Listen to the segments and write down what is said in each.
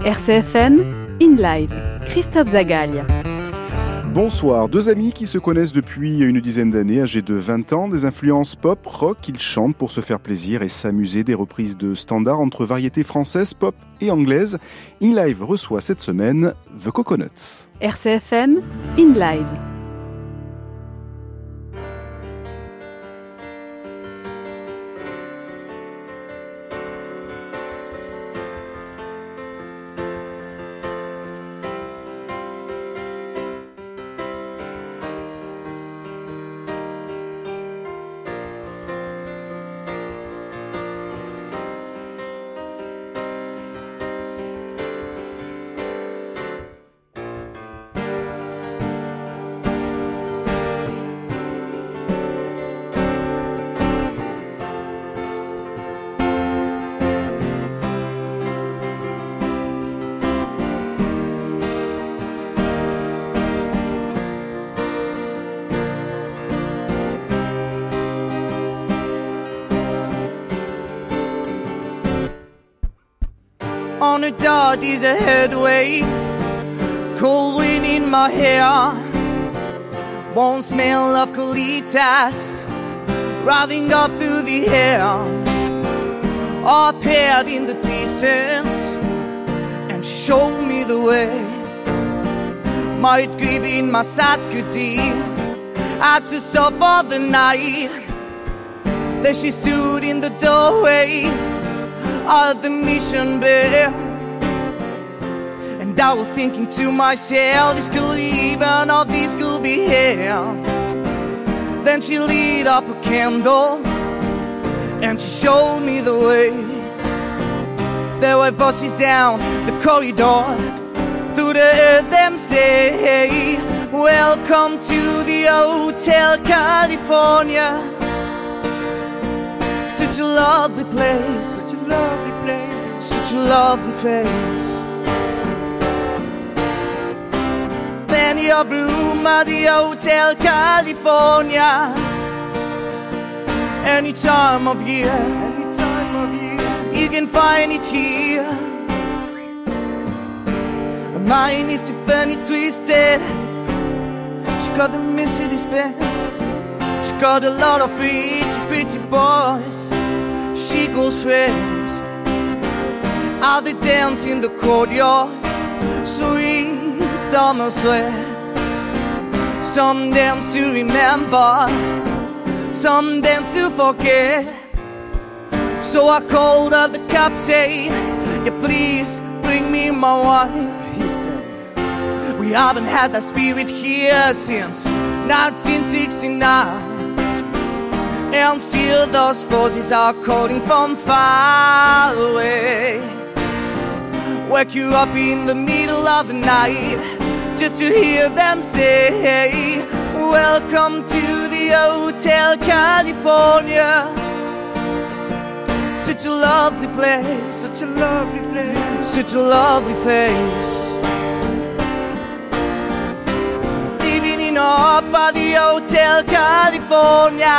RCFM, In Live, Christophe Zagaglia. Bonsoir, deux amis qui se connaissent depuis une dizaine d'années, âgés de 20 ans, des influences pop, rock, ils chantent pour se faire plaisir et s'amuser, des reprises de standards entre variétés françaises, pop et anglaises. In Live reçoit cette semaine The Coconuts. RCFM, In Live. On a dot is a headway, cold wind in my hair, warm smell of colitas riding up through the air, all paired in the distance, and she showed me the way. Might give in my sad goodie, had to suffer the night. Then she stood in the doorway of the mission bell, and I was thinking to myself, this could even or this could be hell. Then she lit up a candle and she showed me the way. There were voices down the corridor, through the earth them say, welcome to the Hotel California. Such a lovely place, such a lovely place, such a lovely face. Plenty of room at the Hotel California. Any time of year, you can find it here. Mine is Tiffany Twisted. She got the Mercedes Benz. She got a lot of pretty boys. She goes friends. Out they dance in the courtyard, sweet summer sweat. Some dance to remember, some dance to forget. So I called up the captain, yeah, please bring me my wife. He said, we haven't had that spirit here since 1969. And still those voices are calling from far away. Wake you up in the middle of the night just to hear them say, welcome to the Hotel California. Such a lovely place, such a lovely place, such a lovely face. Living up at the Hotel California.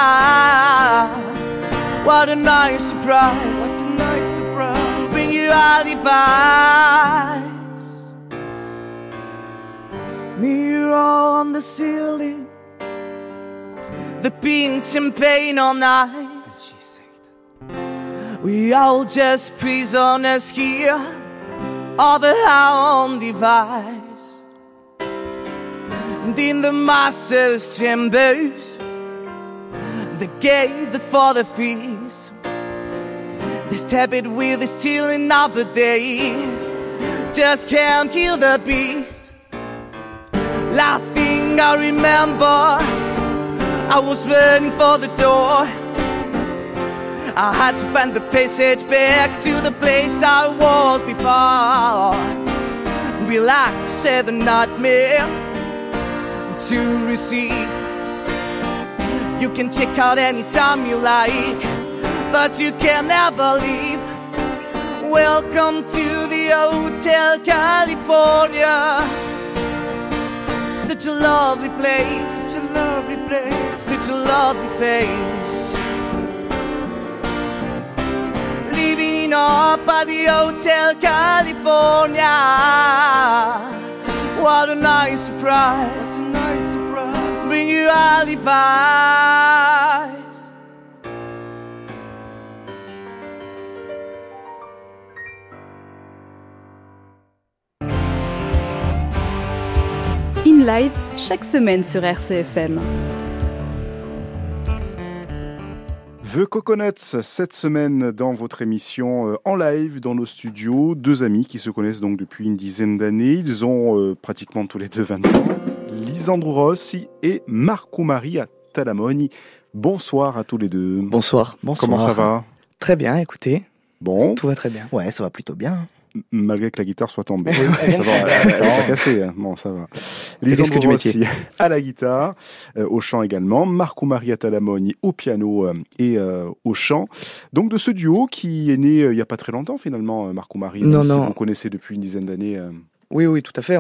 What a nice surprise, what a nice surprise. Bring your alibis. Mirror on the ceiling, the pink champagne all night. As she said, we all just prisoners here of a own device. And in the master's chambers, the gate that for the feast, they stab it with a steel and up, but they just can't kill the beast. Last thing I remember, I was running for the door. I had to find the passage back to the place I was before. Relax, said the nightmare to receive. You can check out anytime you like, but you can never leave. Welcome to the Hotel California. Such a lovely place, such a lovely place, such a lovely face. Sleeping up at the Hotel California. What a nice surprise. Bring your alibis. In Live, chaque semaine sur RCFM. The Coconuts, cette semaine dans votre émission en live dans nos studios. Deux amis qui se connaissent donc depuis une dizaine d'années. Ils ont pratiquement tous les deux 20 ans. Lisandro Rossi et Marco Maria Talamoni. Bonsoir à tous les deux. Bonsoir. Comment ça va ? Très bien, écoutez. Bon. Tout va très bien. Ouais, ça va plutôt bien. Malgré que la guitare soit tombée. Oui, ça va, pas cassé. Bon, ça va. Lisandro Rossi à la guitare, au chant également. Marco Maria Talamoni au piano et au chant. Donc de ce duo qui est né il n'y a pas très longtemps finalement, Marco Maria. Non. Si vous connaissez depuis une dizaine d'années. Oui, tout à fait.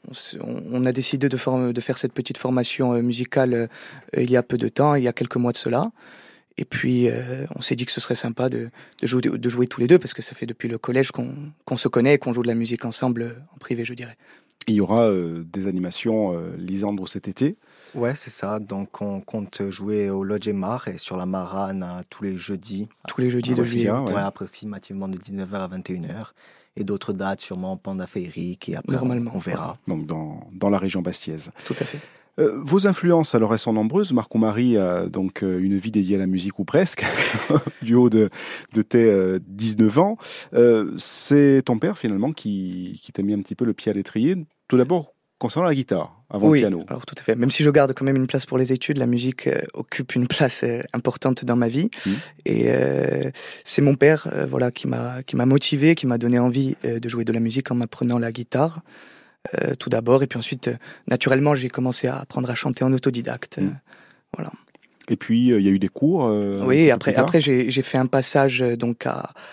On a décidé de faire cette petite formation musicale il y a peu de temps, il y a quelques mois de cela. Et puis, on s'est dit que ce serait sympa de jouer tous les deux, parce que ça fait depuis le collège qu'on se connaît et qu'on joue de la musique ensemble en privé, je dirais. Il y aura des animations Lisandro cet été. Ouais, c'est ça. Donc, on compte jouer au Lodge et Mar et sur la Marane tous les jeudis. Tous les jeudis de juillet. Ouais, approximativement de 19h à 21h. Et d'autres dates, sûrement Panda Féerique. Et après, on verra. Donc, dans la région bastiaise. Tout à fait. Vos influences, alors elles sont nombreuses. Marco Marie a donc une vie dédiée à la musique ou presque, du haut de tes 19 ans. C'est ton père finalement qui t'a mis un petit peu le pied à l'étrier. Tout d'abord concernant la guitare, avant le piano. Alors tout à fait. Même si je garde quand même une place pour les études, la musique occupe une place importante dans ma vie. Et c'est mon père qui m'a motivé, qui m'a donné envie de jouer de la musique en m'apprenant la guitare. Tout d'abord, et puis ensuite, naturellement, j'ai commencé à apprendre à chanter en autodidacte. Voilà. Et puis, il y a eu des cours. Oui, après j'ai fait un passage donc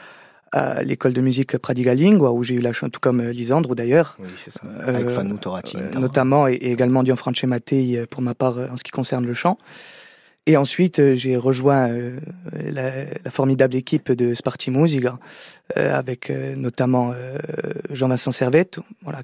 à l'école de musique Pradigalingua, où j'ai eu la chance, tout comme Lisandro d'ailleurs. Oui, c'est ça. Avec Fanou Toraci. Notamment, et également Gianfranco Mattei pour ma part en ce qui concerne le chant. Et ensuite, j'ai rejoint la formidable équipe de Sparti Musica, avec notamment Jean-Vincent Servetto,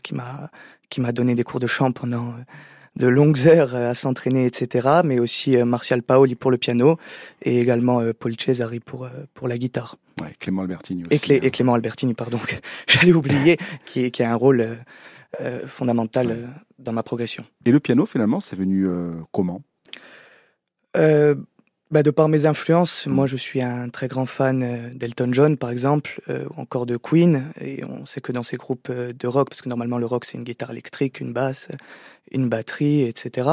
qui m'a donné des cours de chant pendant de longues heures à s'entraîner, etc. Mais aussi Martial Paoli pour le piano, et également Paul Cesari pour la guitare. Ouais, Clément Albertini aussi. Et Clément Albertini, pardon, que j'allais oublier, qui a un rôle fondamental dans ma progression. Et le piano, finalement, c'est venu comment ? De par mes influences, moi je suis un très grand fan d'Elton John par exemple, ou encore de Queen, et on sait que dans ces groupes de rock, parce que normalement le rock c'est une guitare électrique, une basse, une batterie, etc.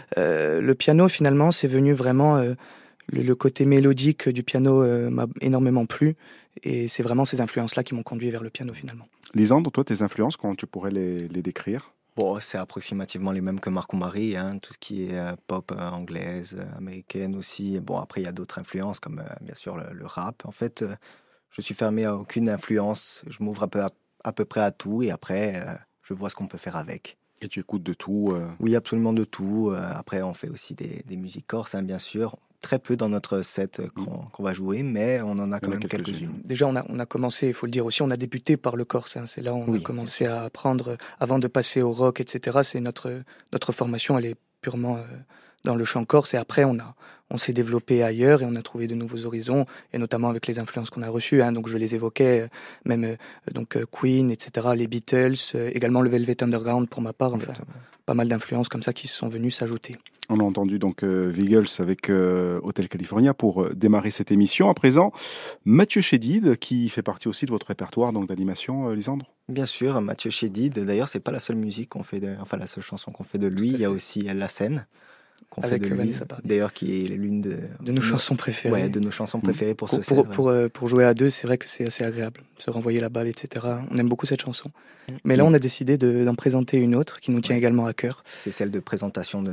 Le piano finalement c'est venu vraiment, le côté mélodique du piano m'a énormément plu, et c'est vraiment ces influences-là qui m'ont conduit vers le piano finalement. Lisandro, toi tes influences, comment tu pourrais les décrire ? Bon, c'est approximativement les mêmes que Marco Marie, tout ce qui est pop anglaise, américaine aussi. Bon, après, il y a d'autres influences, comme bien sûr le rap. En fait, je suis fermé à aucune influence. Je m'ouvre à peu près à tout, et après, je vois ce qu'on peut faire avec. Et tu écoutes de tout Oui, absolument de tout. Après, on fait aussi des musiques corses, bien sûr. Très peu dans notre set qu'on va jouer, mais on en a quand même quelques-unes. Déjà, on a commencé, il faut le dire aussi, on a débuté par le corse. C'est là où on a commencé à apprendre, avant de passer au rock, etc. C'est notre formation, elle est purement dans le chant corse. Et après, on s'est développé ailleurs et on a trouvé de nouveaux horizons, et notamment avec les influences qu'on a reçues. Donc je les évoquais, même Queen, etc., les Beatles, également le Velvet Underground pour ma part. Enfin, pas mal d'influences comme ça qui sont venues s'ajouter. On a entendu donc Wiggles avec Hotel California pour démarrer cette émission. À présent, Mathieu Chédid, qui fait partie aussi de votre répertoire donc d'animation, Lisandre. Bien sûr, Mathieu Chédid. D'ailleurs, c'est pas la seule musique qu'on fait, la seule chanson qu'on fait de lui. Il y a aussi La Scène qu'on fait de lui. D'ailleurs, qui est l'une de nos chansons préférées. Ouais, de nos chansons préférées pour ce set. Pour jouer à deux, c'est vrai que c'est assez agréable, se renvoyer la balle, etc. On aime beaucoup cette chanson. Mais là, on a décidé d'en présenter une autre qui nous tient également à cœur. C'est celle de présentation de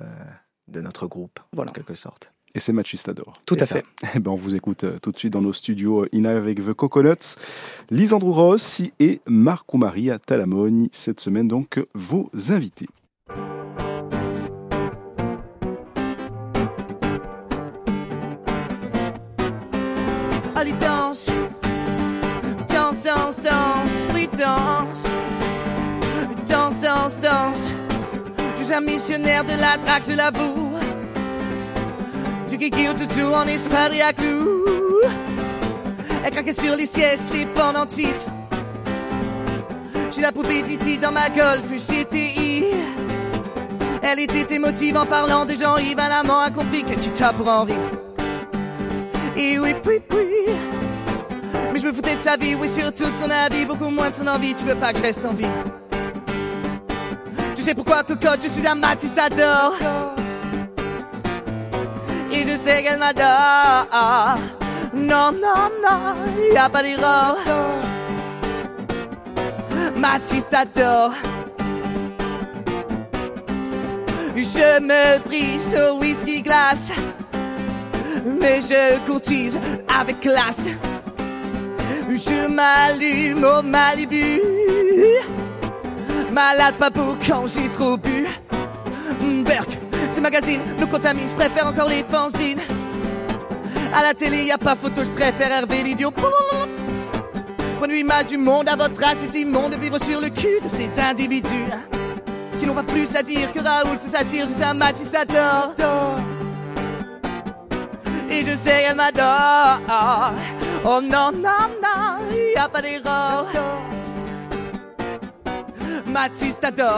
notre groupe, en quelque sorte. Et c'est Machistador. Tout à fait. On vous écoute tout de suite dans nos studios In Live avec The Coconuts, Lisandro Rossi et Marco Maria Talamoni. Cette semaine, donc, vos invités. Allez, danse, oui, danse. Danse, danse, danse. Je suis un missionnaire de la drague, je l'avoue. Du kiki au toutou en espadrille à clous. Elle craquait sur les sièges, les pendentifs. J'ai la poupée Titi dans ma Golf GTI. Elle était émotive en parlant de Jean-Yves. La maman a compris qu'elle quitta pour Henri. Et oui, oui, oui. Mais je me foutais de sa vie, oui, surtout de son avis. Beaucoup moins de son envie, tu veux pas que je reste en vie. Tu sais pourquoi, cocotte, je suis un matistador. Et je sais qu'elle m'adore. Non, non, non, y'a pas d'erreur. Matistador. Je me brise au whisky glace, mais je courtise avec classe. Je m'allume au Malibu, malade papou quand j'ai trop bu. Berk, ces magazines nous contaminent, je préfère encore les fanzines. À la télé y a pas photo, je préfère Hervé l'idiot. Point de vue mal du monde, à votre âge c'est immonde de vivre sur le cul de ces individus qui n'ont pas plus à dire que Raoul se satire. Je suis un matistador et je sais qu'elle m'adore. Oh non, non, non, y'a pas d'erreur. Matistador.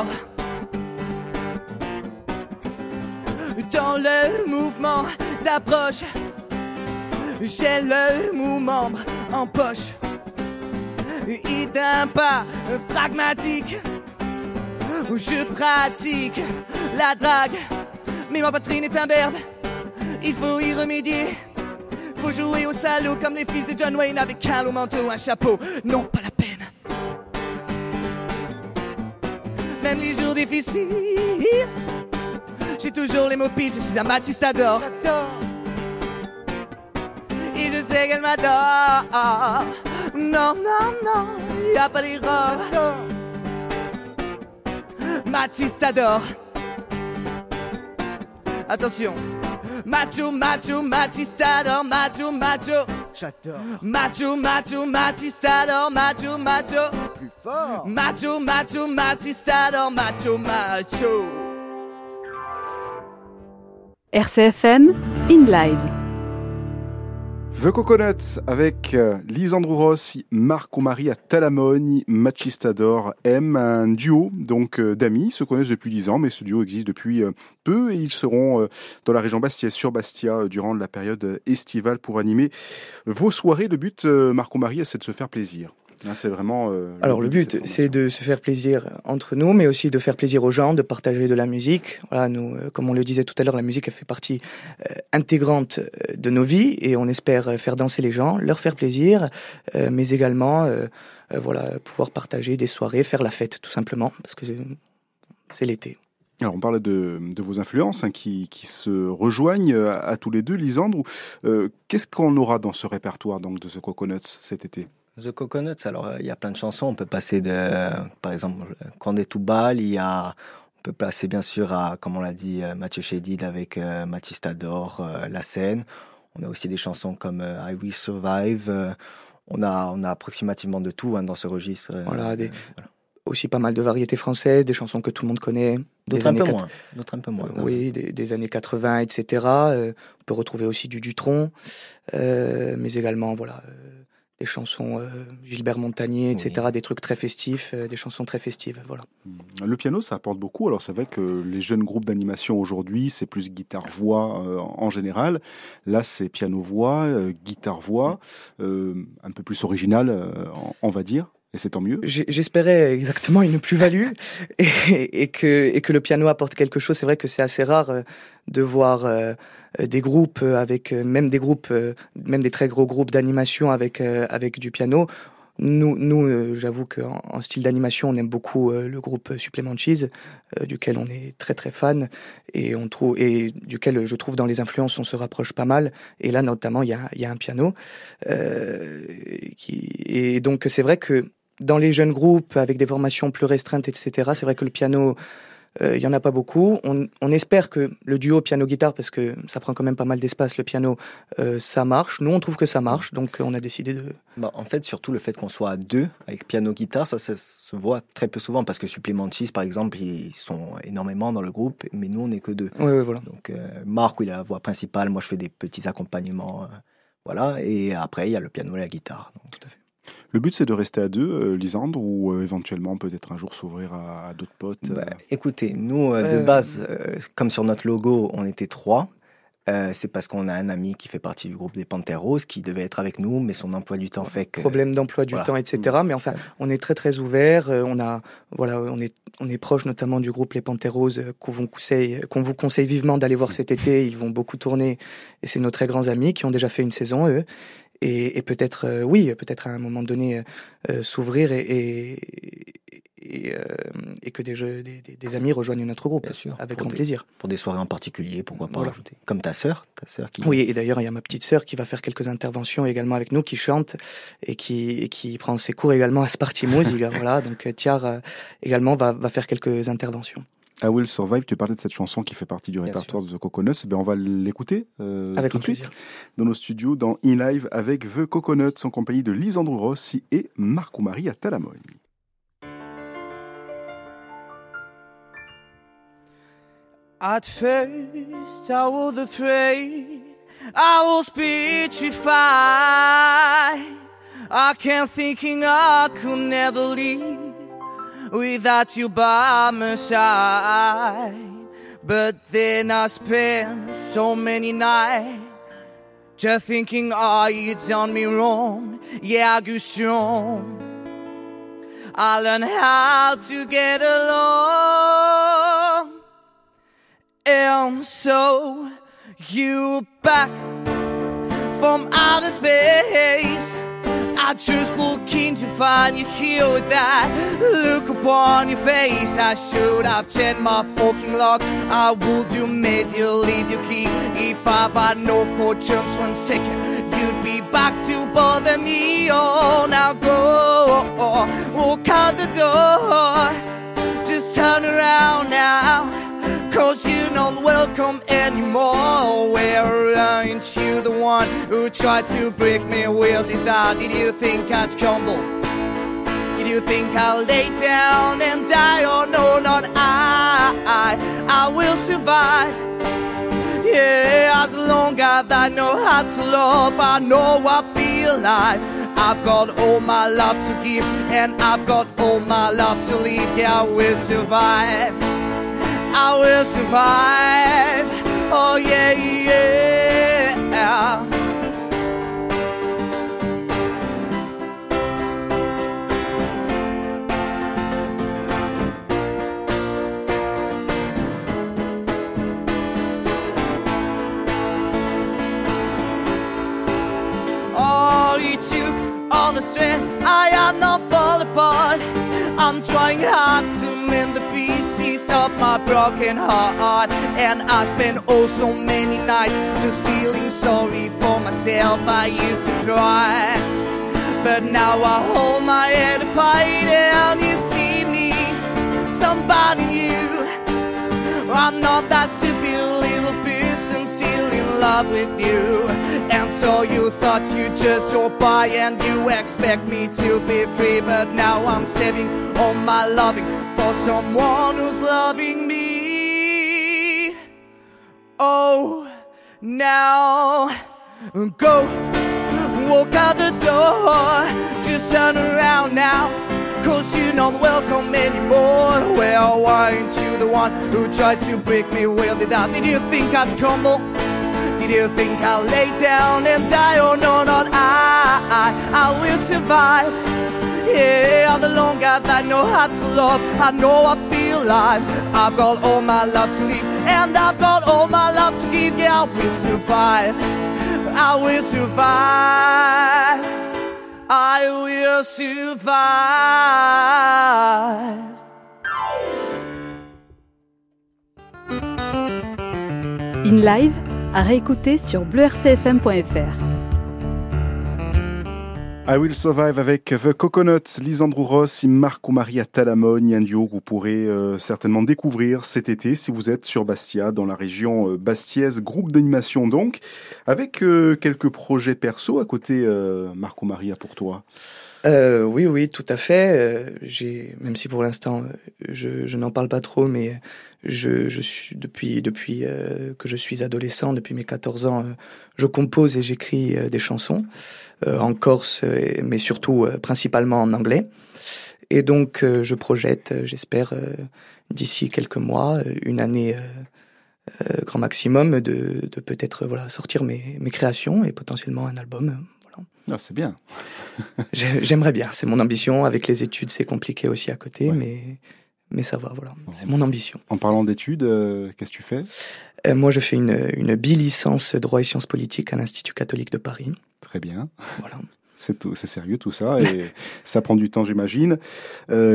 Dans le mouvement d'approche, j'ai le mou-membre en poche. Et d'un pas pragmatique, je pratique la drague. Mais ma poitrine est un berbe, il faut y remédier. Faut jouer au salaud comme les fils de John Wayne avec un long manteau, un chapeau. Non, pas la peine. Même les jours difficiles, j'ai toujours les mots pitch, je suis un matistador. Et je sais qu'elle m'adore. Non, non, non, y'a pas d'erreur. Matistador. Attention. Macho, macho, matistador, macho, macho. J'adore. Macho, macho, matistador, macho, macho. Plus fort. Macho, macho, matistador, macho, macho. RCFM in live. The Coconuts avec Lisandro Rossi, Marco Mari à Talamone, Machistador M, un duo donc d'amis, ils se connaissent depuis 10 ans, mais ce duo existe depuis peu et ils seront dans la région Bastia, sur Bastia, durant la période estivale pour animer vos soirées. Le but, Marco Mari, c'est de se faire plaisir. C'est vraiment. Alors le but, c'est de se faire plaisir entre nous, mais aussi de faire plaisir aux gens, de partager de la musique. Voilà, nous, comme on le disait tout à l'heure, la musique elle fait partie intégrante de nos vies et on espère faire danser les gens, leur faire plaisir, mais également, voilà, pouvoir partager des soirées, faire la fête tout simplement, parce que c'est l'été. Alors on parlait de vos influences qui se rejoignent à tous les deux, Lisandre. Qu'est-ce qu'on aura dans ce répertoire donc de The Coconuts cet été? The Coconuts, alors il y a plein de chansons. On peut passer par exemple, Quand est tout bal, on peut passer bien sûr à, comme on l'a dit, Mathieu Chédid avec Machistador, La Seine. On a aussi des chansons comme I Will Survive. On a approximativement de tout dans ce registre. Voilà, aussi pas mal de variétés françaises, des chansons que tout le monde connaît. D'autres un peu moins. Oui, des années 80, etc. On peut retrouver aussi du Dutronc, mais également, voilà... des chansons Gilbert Montagnier, etc., oui. Des trucs très festifs, des chansons très festives, voilà. Le piano, ça apporte beaucoup. Alors c'est vrai que les jeunes groupes d'animation aujourd'hui, c'est plus guitare-voix en général. Là, c'est piano-voix, guitare-voix, un peu plus original, on va dire. Et c'est tant mieux. J'espérais exactement une plus-value et que le piano apporte quelque chose. C'est vrai que c'est assez rare de voir des groupes même des très gros groupes d'animation avec du piano. Nous, j'avoue qu'en style d'animation, on aime beaucoup le groupe Supplément Cheese, duquel on est très très fan et duquel je trouve dans les influences on se rapproche pas mal. Et là notamment il y a un piano et donc c'est vrai que dans les jeunes groupes avec des formations plus restreintes, etc., c'est vrai que le piano il y en a pas beaucoup. On espère que le duo piano-guitare, parce que ça prend quand même pas mal d'espace, le piano, ça marche. Nous, on trouve que ça marche, donc on a décidé de... En fait, surtout le fait qu'on soit à deux avec piano-guitare, ça se voit très peu souvent, parce que Supplementis, par exemple, ils sont énormément dans le groupe, mais nous, on n'est que deux. Oui, voilà. Donc, Marc, il a la voix principale, moi, je fais des petits accompagnements, voilà, et après, il y a le piano et la guitare. Donc. Tout à fait. Le but, c'est de rester à deux, Lisandre, ou éventuellement peut-être un jour s'ouvrir à d'autres potes Écoutez, nous, de base, comme sur notre logo, on était 3. C'est parce qu'on a un ami qui fait partie du groupe des Panthères Roses qui devait être avec nous, mais son emploi du temps fait que... Problème d'emploi du temps, etc. Mais enfin, on est très très ouvert. On est proche notamment du groupe Les Panthères Roses qu'on vous conseille vivement d'aller voir cet été. Ils vont beaucoup tourner et c'est nos très grands amis qui ont déjà fait une saison, eux. Et peut-être, peut-être à un moment donné s'ouvrir et que des amis rejoignent notre groupe, bien sûr, avec grand plaisir. Pour des soirées en particulier, pourquoi pas rajouter. Comme ta sœur qui... Oui, et d'ailleurs, il y a ma petite sœur qui va faire quelques interventions également avec nous, qui chante et qui prend ses cours également à Sparty Music. Voilà, donc Tiar également va faire quelques interventions. I Will Survive, tu parlais de cette chanson qui fait partie du répertoire de The Coconuts. On va l'écouter tout de suite dans nos studios, dans In Live, avec The Coconuts, en compagnie de Lisandro Rossi et Marco Maria Talamoni. At first I was afraid, I was petrified. I kept thinking I could never leave without you by my side. But then I spent so many nights just thinking, oh, you done me wrong. Yeah, I grew strong. I learned how to get along. And so you back from outer space. I just walk in to find you here with that look upon your face. I should have changed my fucking lock. I would have made you leave your key. If I had no fortunes 1 second, you'd be back to bother me. Oh, now go, walk out the door. Just turn around now, 'cause you're not welcome anymore. Where aren't you the one who tried to break me with it out? Did you think I'd crumble? Did you think I'll lay down and die? Oh no, not I will survive. Yeah, as long as I know how to love, I know I'll be alive. I've got all my love to give, and I've got all my love to leave. Yeah, I will survive. I will survive. Oh yeah, yeah. Oh, you took all the strength. I am not fall apart. I'm trying hard to mend the pieces of my broken heart. And I spent oh so many nights just feeling sorry for myself. I used to try, but now I hold my head up high and you see me, somebody new. I'm not that stupid little person still in love with you. And so you thought you just drove by and you expect me to be free. But now I'm saving all my loving for someone who's loving me. Oh, now go, walk out the door. Just turn around now, 'cause you're not welcome anymore. Well, weren't you the one who tried to break me with it out? Did you think I'd crumble? Did you think I'll lay down and die? Oh no, not I will survive. Yeah, the longer that I know how to love, I know I'll be alive. I've got all my love to leave, and I've got all my love to give. Yeah, I will survive. I will survive. I will survive. In Live, à réécouter sur bleurcfm.fr. I Will Survive avec The Coconuts, Lisandro Ross et Marco Maria Talamone, un duo que vous pourrez certainement découvrir cet été si vous êtes sur Bastia, dans la région bastiaise, groupe d'animation donc, avec quelques projets perso à côté, Marco Maria, pour toi. Oui, tout à fait. Même si pour l'instant je n'en parle pas trop, mais je suis depuis que je suis adolescent, depuis mes 14 ans, je compose et j'écris des chansons en corse, mais surtout principalement en anglais. Et donc je projette, j'espère d'ici quelques mois, une année grand maximum, de peut-être sortir mes créations et potentiellement un album. Ah, c'est bien. J'aimerais bien, c'est mon ambition. Avec les études, c'est compliqué aussi à côté, mais ça va, voilà. C'est mon ambition. En parlant d'études, qu'est-ce que tu fais ? Moi, je fais une bi-licence droit et sciences politiques à l'Institut catholique de Paris. Très bien. Voilà. C'est sérieux tout ça, et ça prend du temps, j'imagine. Lisandro ?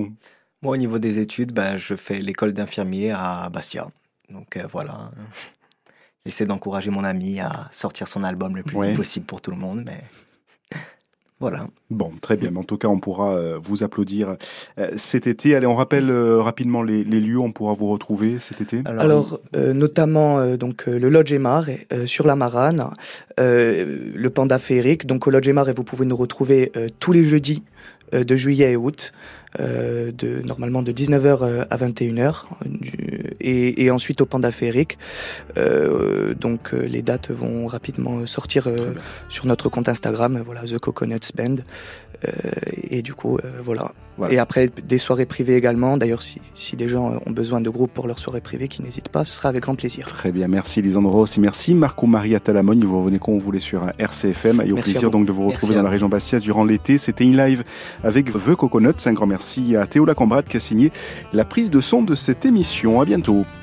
Moi, au niveau des études, je fais l'école d'infirmier à Bastia. Donc voilà. J'essaie d'encourager mon ami à sortir son album le plus vite possible pour tout le monde, mais voilà. Bon, très bien. Mais en tout cas, on pourra vous applaudir cet été. Allez, on rappelle rapidement les lieux où on pourra vous retrouver cet été. Alors notamment donc le Lodge Aymar sur la Marane, le Panda Féerique. Donc au Lodge Aymar, vous pouvez nous retrouver tous les jeudis de juillet et août. Normalement de 19h à 21h et ensuite au Panda Féerique. Donc les dates vont rapidement sortir sur notre compte Instagram, voilà, The Coconuts Band, et du coup voilà. Et après des soirées privées également, d'ailleurs si des gens ont besoin de groupes pour leurs soirées privées, qu'ils n'hésitent pas, ce sera avec grand plaisir. Très bien, merci Lisandro Rossi, merci Marco Maria Talamone, vous revenez quand vous voulez sur RCFM, et au plaisir donc de vous retrouver dans la région bastiaise durant l'été. C'était In Live avec The Coconuts. Un grand merci à Théo Lacambrade qui a signé la prise de son de cette émission. À bientôt.